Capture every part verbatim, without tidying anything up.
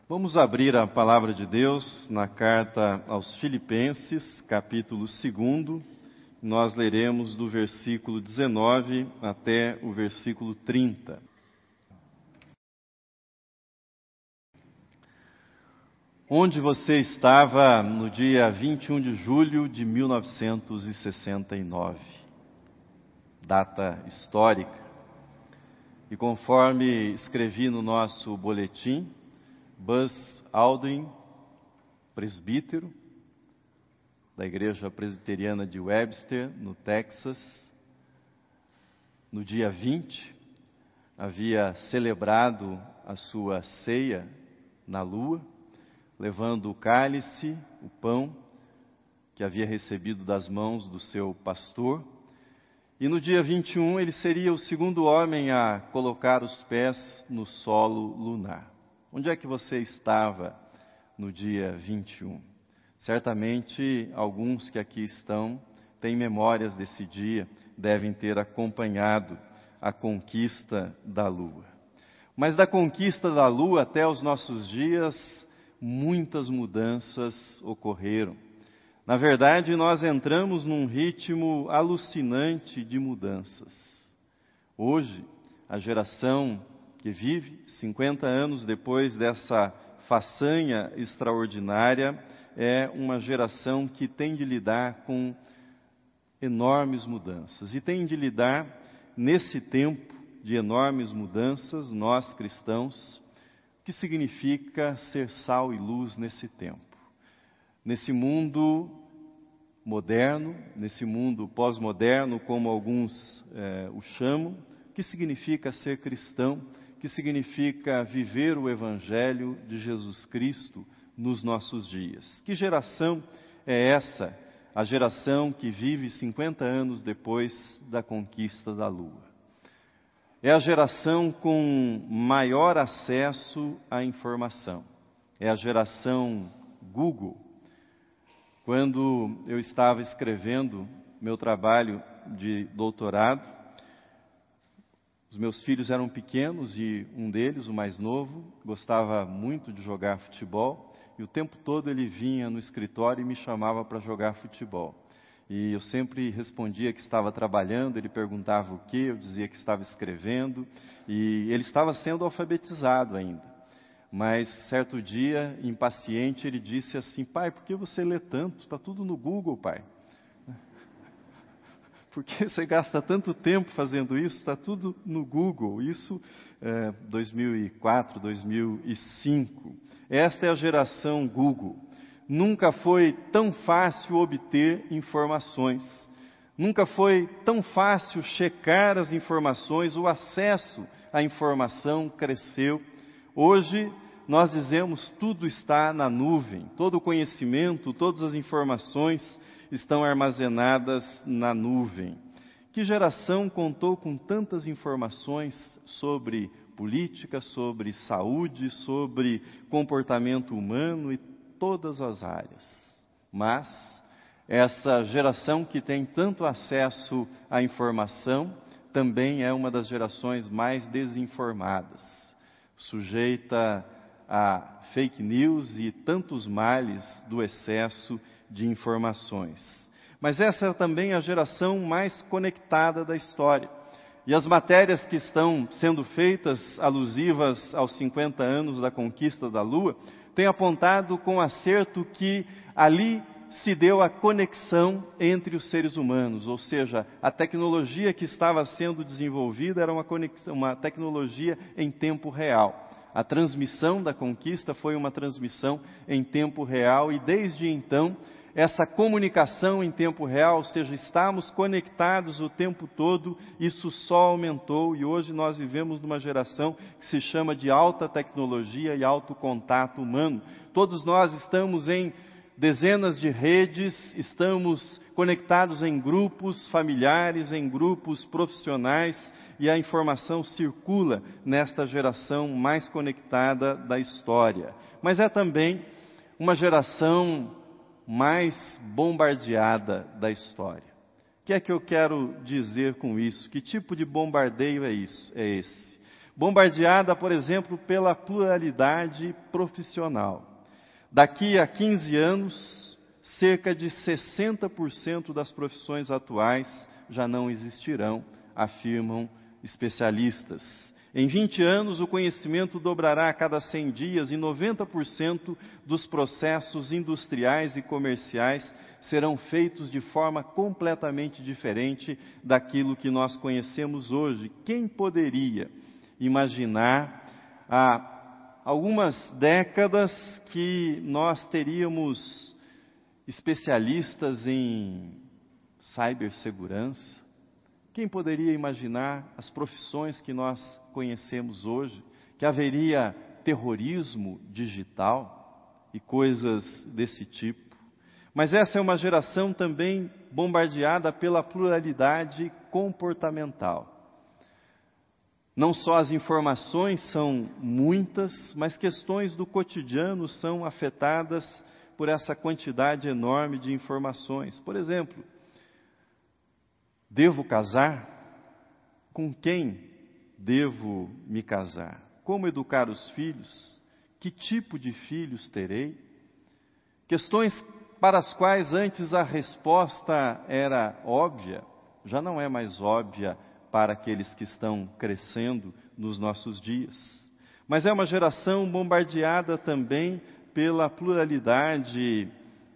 Vamos abrir a palavra de Deus na carta aos Filipenses, capítulo dois. Nós leremos do versículo dezenove até o versículo trinta. Onde você estava no dia vinte e um de julho de mil novecentos e sessenta e nove? Data histórica. E conforme escrevi no nosso boletim, Buzz Aldrin, presbítero da Igreja Presbiteriana de Webster, no Texas, no dia vinte, havia celebrado a sua ceia na lua, levando o cálice, o pão, que havia recebido das mãos do seu pastor. E no dia vinte e um ele seria o segundo homem a colocar os pés no solo lunar. Onde é que você estava no dia vinte e um? Certamente alguns que aqui estão têm memórias desse dia, devem ter acompanhado a conquista da Lua. Mas da conquista da Lua até os nossos dias, muitas mudanças ocorreram. Na verdade, nós entramos num ritmo alucinante de mudanças. Hoje, a geração que vive cinquenta anos depois dessa façanha extraordinária é uma geração que tem de lidar com enormes mudanças. E tem de lidar, nesse tempo de enormes mudanças, nós cristãos, o que significa ser sal e luz nesse tempo. Nesse mundo moderno, nesse mundo pós-moderno, como alguns eh, o chamam, o que significa ser cristão? Que significa viver o Evangelho de Jesus Cristo nos nossos dias. Que geração é essa? A geração que vive cinquenta anos depois da conquista da Lua. É a geração com maior acesso à informação. É a geração Google. Quando eu estava escrevendo meu trabalho de doutorado, os meus filhos eram pequenos e um deles, o mais novo, gostava muito de jogar futebol e o tempo todo ele vinha no escritório e me chamava para jogar futebol. E eu sempre respondia que estava trabalhando, ele perguntava o quê, eu dizia que estava escrevendo e ele estava sendo alfabetizado ainda. Mas certo dia, impaciente, ele disse assim: pai, por que você lê tanto? Está tudo no Google, pai. Por que você gasta tanto tempo fazendo isso? Está tudo no Google. Isso é dois mil e quatro, dois mil e cinco. Esta é a geração Google. Nunca foi tão fácil obter informações. Nunca foi tão fácil checar as informações. O acesso à informação cresceu. Hoje nós dizemos tudo está na nuvem. Todo o conhecimento, todas as informações estão armazenadas na nuvem. Que geração contou com tantas informações sobre política, sobre saúde, sobre comportamento humano e todas as áreas. Mas essa geração que tem tanto acesso à informação também é uma das gerações mais desinformadas, sujeita a fake news e tantos males do excesso de informações. Mas essa é também a geração mais conectada da história. E as matérias que estão sendo feitas alusivas aos cinquenta anos da conquista da Lua têm apontado com acerto que ali se deu a conexão entre os seres humanos, ou seja, a tecnologia que estava sendo desenvolvida era uma, conexão, uma tecnologia em tempo real. A transmissão da conquista foi uma transmissão em tempo real e desde então essa comunicação em tempo real, ou seja, estamos conectados o tempo todo, isso só aumentou e hoje nós vivemos numa geração que se chama de alta tecnologia e alto contato humano. Todos nós estamos em dezenas de redes, estamos conectados em grupos familiares, em grupos profissionais e a informação circula nesta geração mais conectada da história. Mas é também uma geração mais bombardeada da história. O que é que eu quero dizer com isso? Que tipo de bombardeio é isso? É esse? Bombardeada, por exemplo, pela pluralidade profissional. Daqui a quinze anos, cerca de sessenta por cento das profissões atuais já não existirão, afirmam especialistas. Em vinte anos, o conhecimento dobrará a cada cem dias e noventa por cento dos processos industriais e comerciais serão feitos de forma completamente diferente daquilo que nós conhecemos hoje. Quem poderia imaginar há algumas décadas que nós teríamos especialistas em cibersegurança? Quem poderia imaginar as profissões que nós conhecemos hoje, que haveria terrorismo digital e coisas desse tipo? Mas essa é uma geração também bombardeada pela pluralidade comportamental. Não só as informações são muitas, mas questões do cotidiano são afetadas por essa quantidade enorme de informações. Por exemplo, devo casar? Com quem devo me casar? Como educar os filhos? Que tipo de filhos terei? Questões para as quais antes a resposta era óbvia, já não é mais óbvia para aqueles que estão crescendo nos nossos dias. Mas é uma geração bombardeada também pela pluralidade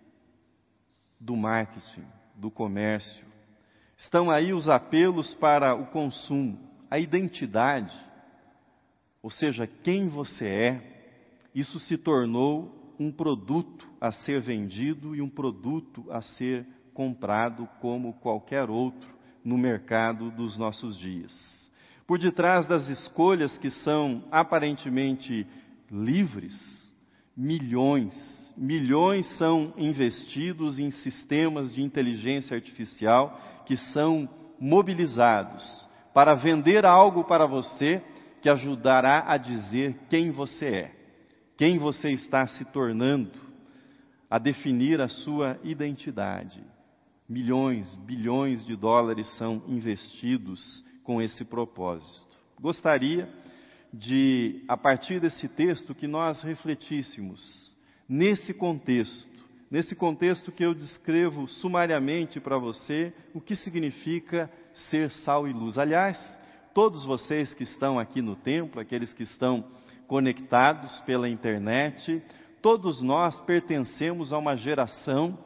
do marketing, do comércio. Estão aí os apelos para o consumo, a identidade, ou seja, quem você é. Isso se tornou um produto a ser vendido e um produto a ser comprado como qualquer outro no mercado dos nossos dias. Por detrás das escolhas que são aparentemente livres, milhões, milhões são investidos em sistemas de inteligência artificial que são mobilizados para vender algo para você que ajudará a dizer quem você é, quem você está se tornando, a definir a sua identidade. Milhões, bilhões de dólares são investidos com esse propósito. Gostaria de, a partir desse texto, que nós refletíssemos nesse contexto, nesse contexto que eu descrevo sumariamente para você, o que significa ser sal e luz. Aliás, todos vocês que estão aqui no templo, aqueles que estão conectados pela internet, todos nós pertencemos a uma geração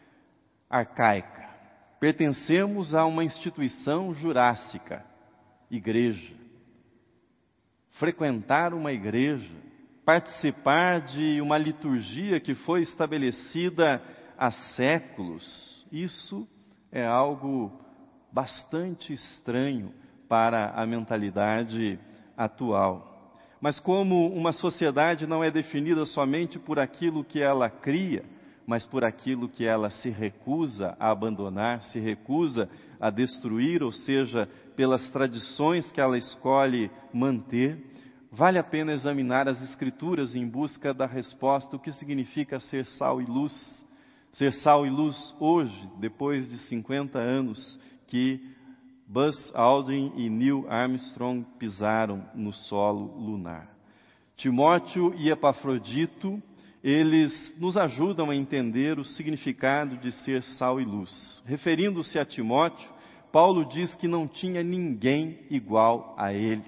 arcaica. Pertencemos a uma instituição jurássica, igreja. Frequentar uma igreja, participar de uma liturgia que foi estabelecida há séculos, isso é algo bastante estranho para a mentalidade atual. Mas como uma sociedade não é definida somente por aquilo que ela cria, mas por aquilo que ela se recusa a abandonar, se recusa a destruir, ou seja, pelas tradições que ela escolhe manter, vale a pena examinar as Escrituras em busca da resposta, o que significa ser sal e luz. Ser sal e luz hoje, depois de cinquenta anos que Buzz Aldrin e Neil Armstrong pisaram no solo lunar. Timóteo e Epafrodito, eles nos ajudam a entender o significado de ser sal e luz. Referindo-se a Timóteo, Paulo diz que não tinha ninguém igual a ele.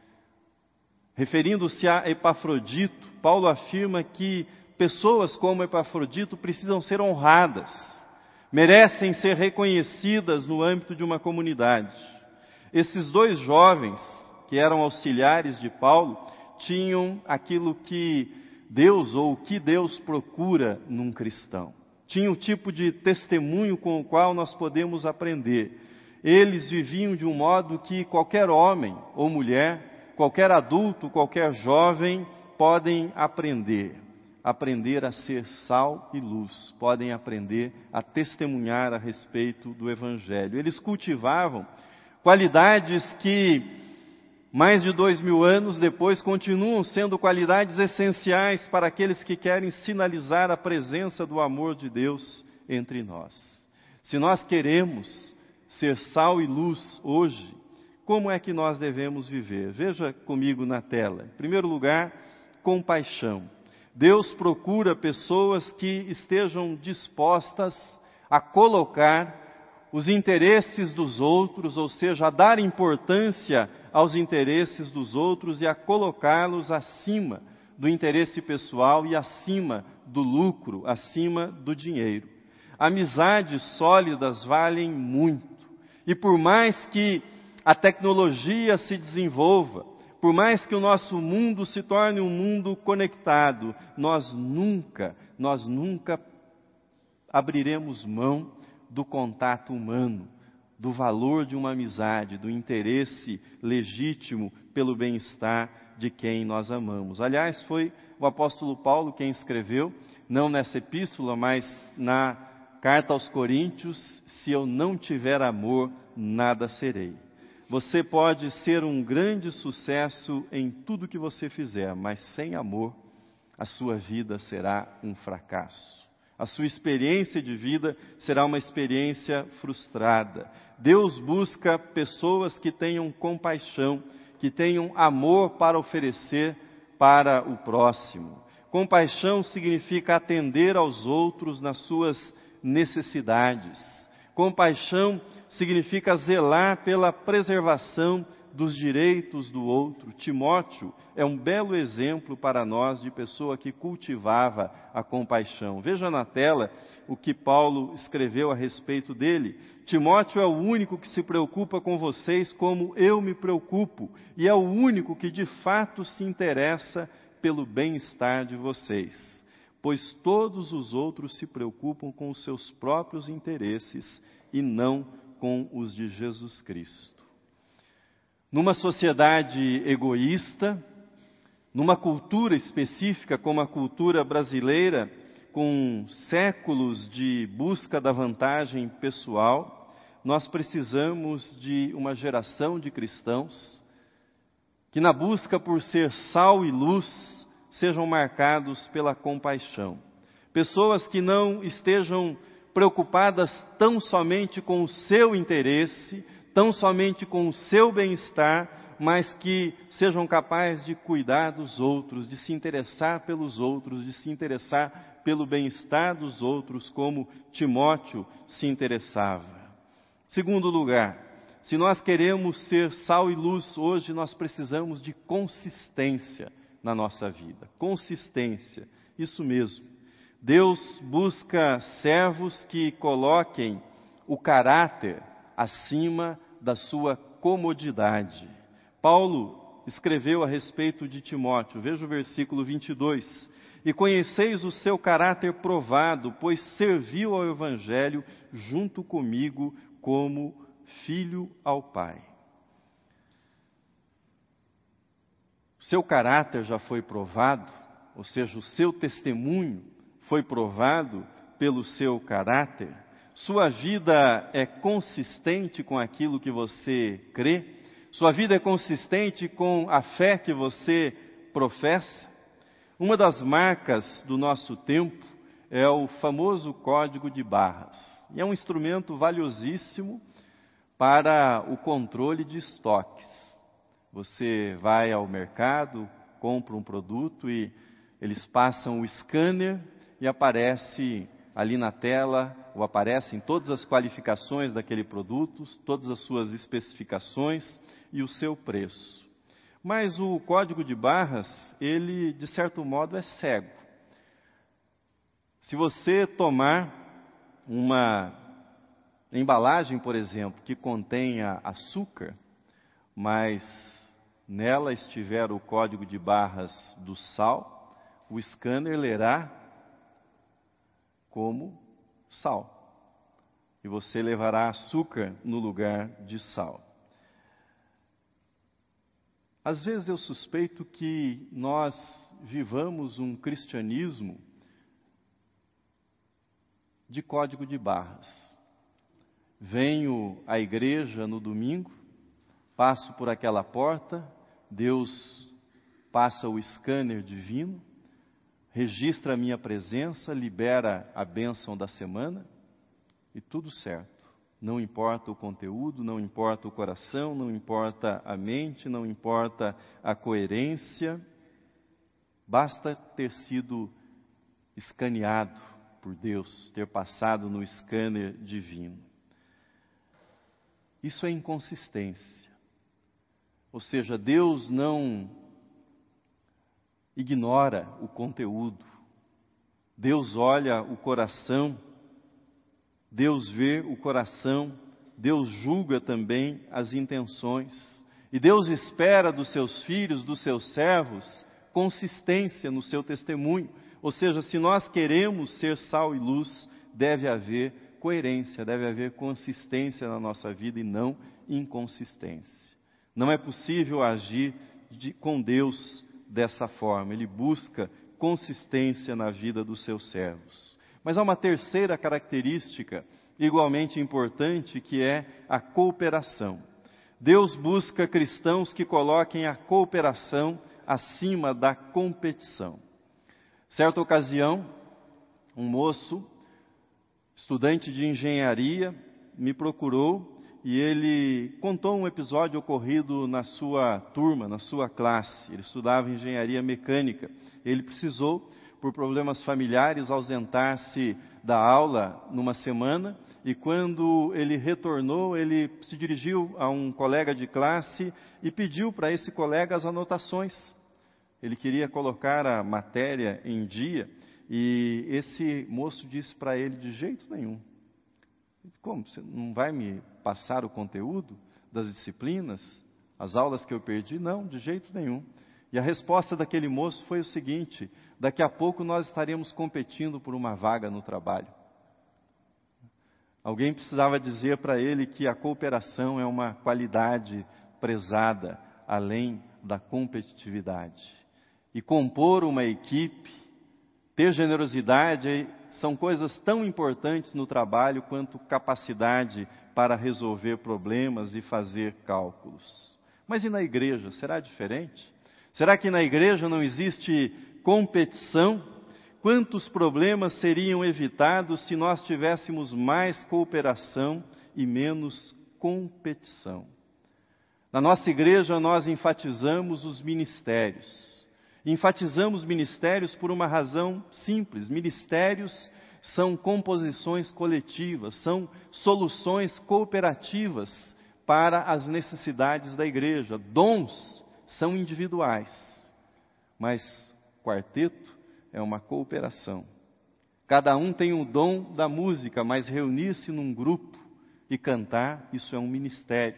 Referindo-se a Epafrodito, Paulo afirma que pessoas como Epafrodito precisam ser honradas, merecem ser reconhecidas no âmbito de uma comunidade. Esses dois jovens, que eram auxiliares de Paulo, tinham aquilo que Deus, ou o que Deus procura num cristão. Tinham um tipo de testemunho com o qual nós podemos aprender. Eles viviam de um modo que qualquer homem ou mulher, qualquer adulto, qualquer jovem, podem aprender. Aprender a ser sal e luz, podem aprender a testemunhar a respeito do Evangelho. Eles cultivavam qualidades que, mais de dois mil anos depois, continuam sendo qualidades essenciais para aqueles que querem sinalizar a presença do amor de Deus entre nós. Se nós queremos ser sal e luz hoje, como é que nós devemos viver? Veja comigo na tela. Em primeiro lugar, compaixão. Deus procura pessoas que estejam dispostas a colocar os interesses dos outros, ou seja, a dar importância aos interesses dos outros e a colocá-los acima do interesse pessoal e acima do lucro, acima do dinheiro. Amizades sólidas valem muito. E por mais que a tecnologia se desenvolva, por mais que o nosso mundo se torne um mundo conectado, nós nunca, nós nunca abriremos mão do contato humano, do valor de uma amizade, do interesse legítimo pelo bem-estar de quem nós amamos. Aliás, foi o apóstolo Paulo quem escreveu, não nessa epístola, mas na carta aos Coríntios: se eu não tiver amor, nada serei. Você pode ser um grande sucesso em tudo que você fizer, mas sem amor, a sua vida será um fracasso. A sua experiência de vida será uma experiência frustrada. Deus busca pessoas que tenham compaixão, que tenham amor para oferecer para o próximo. Compaixão significa atender aos outros nas suas necessidades. Compaixão significa zelar pela preservação dos direitos do outro. Timóteo é um belo exemplo para nós de pessoa que cultivava a compaixão. Veja na tela o que Paulo escreveu a respeito dele. Timóteo é o único que se preocupa com vocês como eu me preocupo, e é o único que de fato se interessa pelo bem-estar de vocês, pois todos os outros se preocupam com os seus próprios interesses e não com os de Jesus Cristo. Numa sociedade egoísta, numa cultura específica como a cultura brasileira, com séculos de busca da vantagem pessoal, nós precisamos de uma geração de cristãos que, na busca por ser sal e luz, sejam marcados pela compaixão. Pessoas que não estejam preocupadas tão somente com o seu interesse, tão somente com o seu bem-estar, mas que sejam capazes de cuidar dos outros, de se interessar pelos outros, de se interessar pelo bem-estar dos outros, como Timóteo se interessava. Segundo lugar, se nós queremos ser sal e luz hoje, nós precisamos de consistência na nossa vida. Consistência, isso mesmo. Deus busca servos que coloquem o caráter acima da sua comodidade. Paulo escreveu a respeito de Timóteo, veja o versículo vinte e dois. E conheceis o seu caráter provado, pois serviu ao Evangelho junto comigo como filho ao Pai. Seu caráter já foi provado, ou seja, o seu testemunho foi provado pelo seu caráter. Sua vida é consistente com aquilo que você crê? Sua vida é consistente com a fé que você professa? Uma das marcas do nosso tempo é o famoso código de barras. E é um instrumento valiosíssimo para o controle de estoques. Você vai ao mercado, compra um produto e eles passam o scanner e aparece ali na tela, ou aparecem todas as qualificações daquele produto, todas as suas especificações e o seu preço. Mas o código de barras, ele de certo modo é cego. Se você tomar uma embalagem, por exemplo, que contenha açúcar, mas nela estiver o código de barras do sal, o scanner lerá como sal. E você levará açúcar no lugar de sal. Às vezes eu suspeito que nós vivamos um cristianismo de código de barras. Venho à igreja no domingo, passo por aquela porta, Deus passa o scanner divino, registra a minha presença, libera a bênção da semana e tudo certo. Não importa o conteúdo, não importa o coração, não importa a mente, não importa a coerência. Basta ter sido escaneado por Deus, ter passado no scanner divino. Isso é inconsistência. Ou seja, Deus não ignora o conteúdo. Deus olha o coração, Deus vê o coração, Deus julga também as intenções. E Deus espera dos seus filhos, dos seus servos, consistência no seu testemunho. Ou seja, se nós queremos ser sal e luz, deve haver coerência, deve haver consistência na nossa vida e não inconsistência. Não é possível agir de, com Deus dessa forma. Ele busca consistência na vida dos seus servos. Mas há uma terceira característica igualmente importante, que é a cooperação. Deus busca cristãos que coloquem a cooperação acima da competição. Certa ocasião, um moço, estudante de engenharia, me procurou e ele contou um episódio ocorrido na sua turma, na sua classe. Ele estudava engenharia mecânica. Ele precisou, por problemas familiares, ausentar-se da aula numa semana, e quando ele retornou, ele se dirigiu a um colega de classe e pediu para esse colega as anotações. Ele queria colocar a matéria em dia, e esse moço disse para ele: de jeito nenhum. Como? Você não vai me passar o conteúdo das disciplinas, as aulas que eu perdi? Não, de jeito nenhum. E a resposta daquele moço foi o seguinte: daqui a pouco nós estaremos competindo por uma vaga no trabalho. Alguém precisava dizer para ele que a cooperação é uma qualidade prezada além da competitividade. E compor uma equipe, ter generosidade, são coisas tão importantes no trabalho quanto capacidade para resolver problemas e fazer cálculos. Mas e na igreja? Será diferente? Será que na igreja não existe competição? Quantos problemas seriam evitados se nós tivéssemos mais cooperação e menos competição? Na nossa igreja nós enfatizamos os ministérios. Enfatizamos ministérios por uma razão simples. Ministérios são composições coletivas, são soluções cooperativas para as necessidades da igreja. Dons são individuais, mas quarteto é uma cooperação. Cada um tem o dom da música, mas reunir-se num grupo e cantar, isso é um ministério.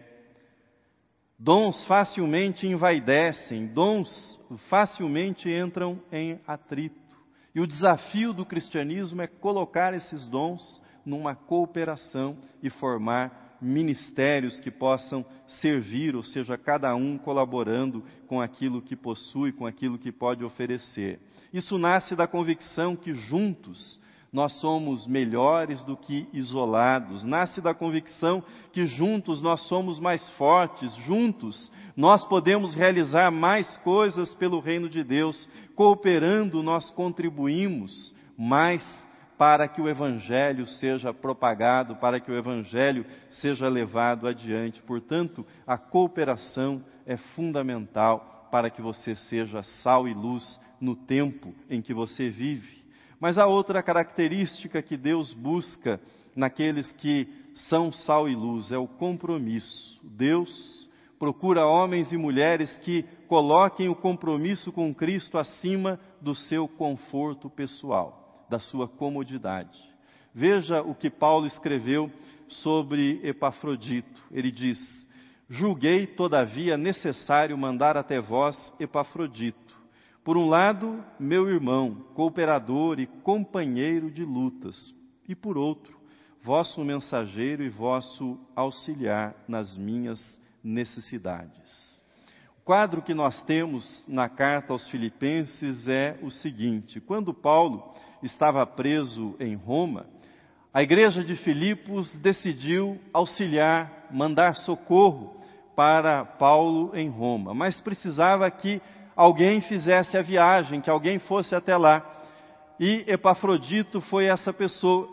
Dons facilmente envaidecem, dons facilmente entram em atrito. E o desafio do cristianismo é colocar esses dons numa cooperação e formar ministérios que possam servir, ou seja, cada um colaborando com aquilo que possui, com aquilo que pode oferecer. Isso nasce da convicção que juntos nós somos melhores do que isolados. Nasce da convicção que juntos nós somos mais fortes. Juntos nós podemos realizar mais coisas pelo reino de Deus. Cooperando nós contribuímos mais para que o Evangelho seja propagado, para que o Evangelho seja levado adiante. Portanto, a cooperação é fundamental para que você seja sal e luz no tempo em que você vive. Mas há outra característica que Deus busca naqueles que são sal e luz, é o compromisso. Deus procura homens e mulheres que coloquem o compromisso com Cristo acima do seu conforto pessoal, da sua comodidade. Veja o que Paulo escreveu sobre Epafrodito. Ele diz: julguei, todavia, necessário mandar até vós Epafrodito. Por um lado, meu irmão, cooperador e companheiro de lutas. E por outro, vosso mensageiro e vosso auxiliar nas minhas necessidades. O quadro que nós temos na carta aos Filipenses é o seguinte: quando Paulo estava preso em Roma, a igreja de Filipos decidiu auxiliar, mandar socorro para Paulo em Roma, mas precisava que alguém fizesse a viagem, que alguém fosse até lá. E Epafrodito foi essa pessoa.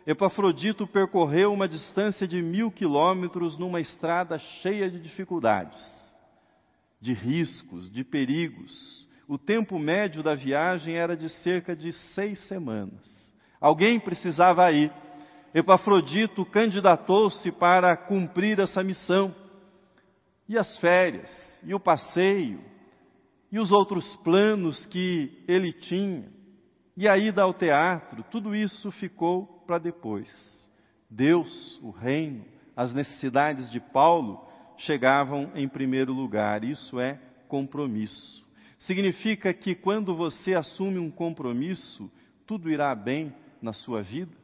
Epafrodito percorreu uma distância de mil quilômetros numa estrada cheia de dificuldades, de riscos, de perigos. O tempo médio da viagem era de cerca de seis semanas. Alguém precisava ir. Epafrodito candidatou-se para cumprir essa missão. E as férias, e o passeio, e os outros planos que ele tinha, e a ida ao teatro, tudo isso ficou para depois. Deus, o reino, as necessidades de Paulo chegavam em primeiro lugar. Isso é compromisso. Significa que quando você assume um compromisso, tudo irá bem na sua vida?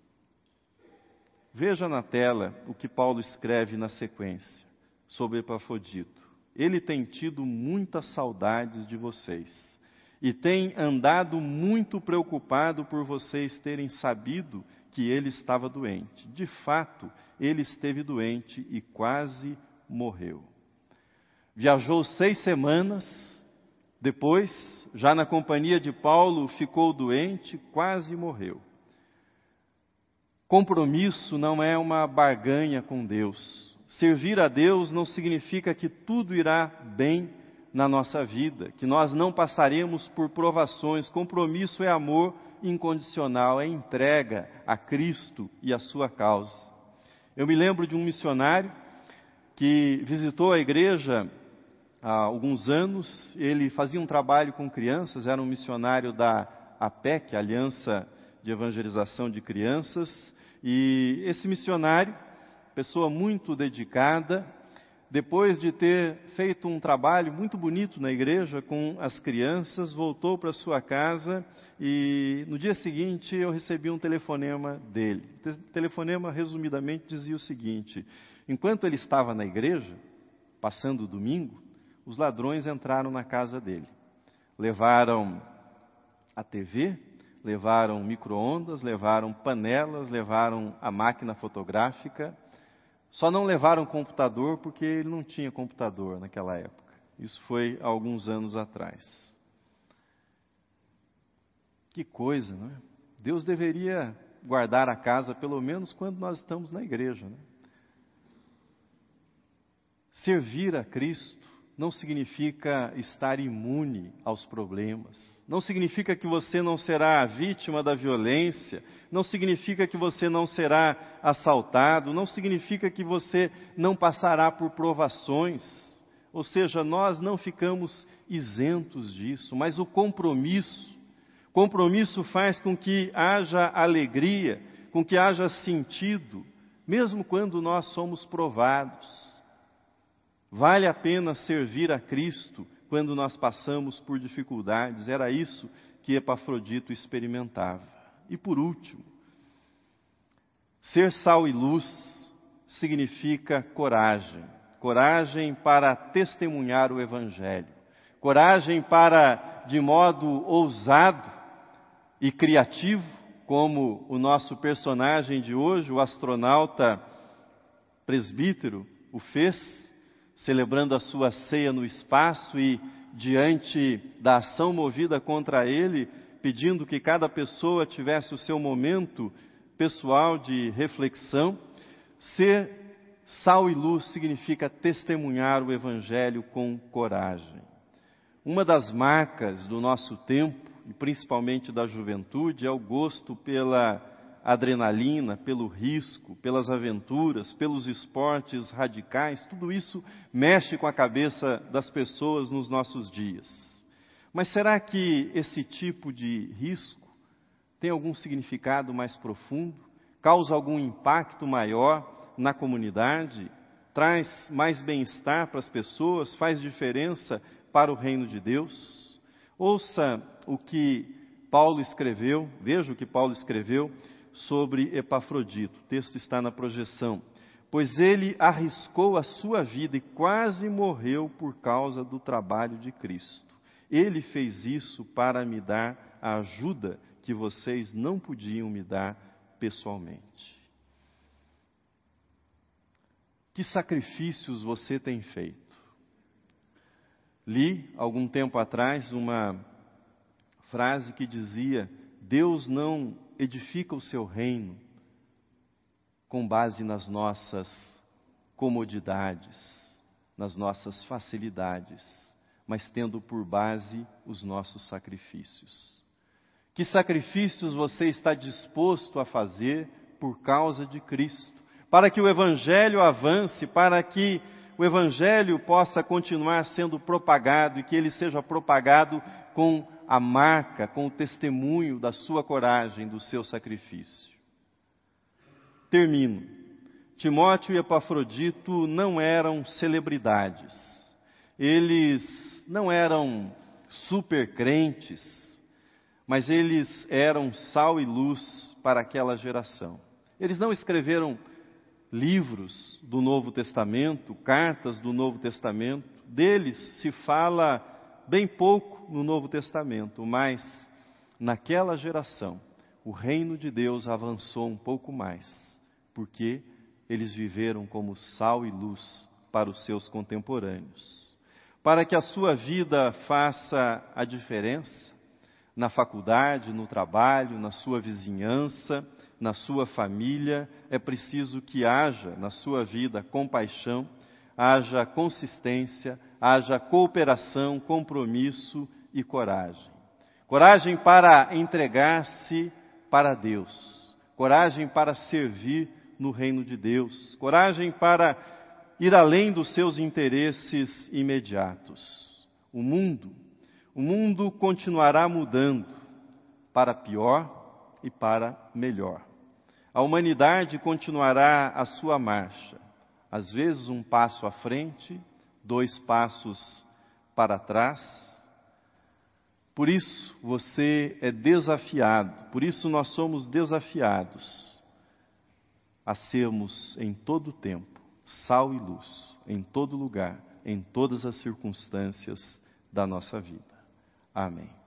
Veja na tela o que Paulo escreve na sequência sobre Epafrodito. Ele tem tido muitas saudades de vocês e tem andado muito preocupado por vocês terem sabido que ele estava doente. De fato, ele esteve doente e quase morreu. Viajou seis semanas, depois, já na companhia de Paulo, ficou doente, quase morreu. Compromisso não é uma barganha com Deus. Servir a Deus não significa que tudo irá bem na nossa vida, que nós não passaremos por provações. Compromisso é amor incondicional, é entrega a Cristo e a sua causa. Eu me lembro de um missionário que visitou a igreja há alguns anos. Ele fazia um trabalho com crianças, era um missionário da A P E C, Aliança de Evangelização de Crianças, e esse missionário, pessoa muito dedicada, depois de ter feito um trabalho muito bonito na igreja com as crianças, voltou para sua casa e no dia seguinte eu recebi um telefonema dele. O telefonema, resumidamente, dizia o seguinte: enquanto ele estava na igreja, passando o domingo, os ladrões entraram na casa dele. Levaram a T V, levaram micro-ondas, levaram panelas, levaram a máquina fotográfica. Só não levaram computador porque ele não tinha computador naquela época. Isso foi há alguns anos atrás. Que coisa, não é? Deus deveria guardar a casa pelo menos quando nós estamos na igreja, né? Servir a Cristo não significa estar imune aos problemas. Não significa que você não será vítima da violência. Não significa que você não será assaltado. Não significa que você não passará por provações. Ou seja, nós não ficamos isentos disso. Mas o compromisso, compromisso faz com que haja alegria, com que haja sentido, mesmo quando nós somos provados. Vale a pena servir a Cristo quando nós passamos por dificuldades. Era isso que Epafrodito experimentava. E por último, ser sal e luz significa coragem. Coragem para testemunhar o Evangelho. Coragem para, de modo ousado e criativo, como o nosso personagem de hoje, o astronauta presbítero, o fez, celebrando a sua ceia no espaço e diante da ação movida contra ele, pedindo que cada pessoa tivesse o seu momento pessoal de reflexão. Ser sal e luz significa testemunhar o Evangelho com coragem. Uma das marcas do nosso tempo, e principalmente da juventude, é o gosto pela adrenalina, pelo risco, pelas aventuras, pelos esportes radicais. Tudo isso mexe com a cabeça das pessoas nos nossos dias. Mas será que esse tipo de risco tem algum significado mais profundo? Causa algum impacto maior na comunidade? Traz mais bem-estar para as pessoas? Faz diferença para o reino de Deus? Ouça o que Paulo escreveu, veja o que Paulo escreveu sobre Epafrodito. O texto está na projeção. Pois ele arriscou a sua vida e quase morreu por causa do trabalho de Cristo. Ele fez isso para me dar a ajuda que vocês não podiam me dar pessoalmente. Que sacrifícios você tem feito? Li, algum tempo atrás, uma frase que dizia: Deus não edifica o seu reino com base nas nossas comodidades, nas nossas facilidades, mas tendo por base os nossos sacrifícios. Que sacrifícios você está disposto a fazer por causa de Cristo? Para que o Evangelho avance, para que o Evangelho possa continuar sendo propagado e que ele seja propagado com a marca, com o testemunho da sua coragem, do seu sacrifício. Termino. Timóteo e Epafrodito não eram celebridades. Eles não eram super crentes, mas eles eram sal e luz para aquela geração. Eles não escreveram livros do Novo Testamento, cartas do Novo Testamento. Deles se fala bem pouco no Novo Testamento, mas naquela geração o reino de Deus avançou um pouco mais, porque eles viveram como sal e luz para os seus contemporâneos. Para que a sua vida faça a diferença na faculdade, no trabalho, na sua vizinhança, na sua família, é preciso que haja na sua vida compaixão, haja consistência, haja cooperação, compromisso e coragem. Coragem para entregar-se para Deus, coragem para servir no reino de Deus, coragem para ir além dos seus interesses imediatos. O mundo, o mundo continuará mudando para pior e para melhor. A humanidade continuará a sua marcha, às vezes um passo à frente, dois passos para trás. Por isso você é desafiado, por isso nós somos desafiados a sermos em todo o tempo sal e luz, em todo lugar, em todas as circunstâncias da nossa vida. Amém.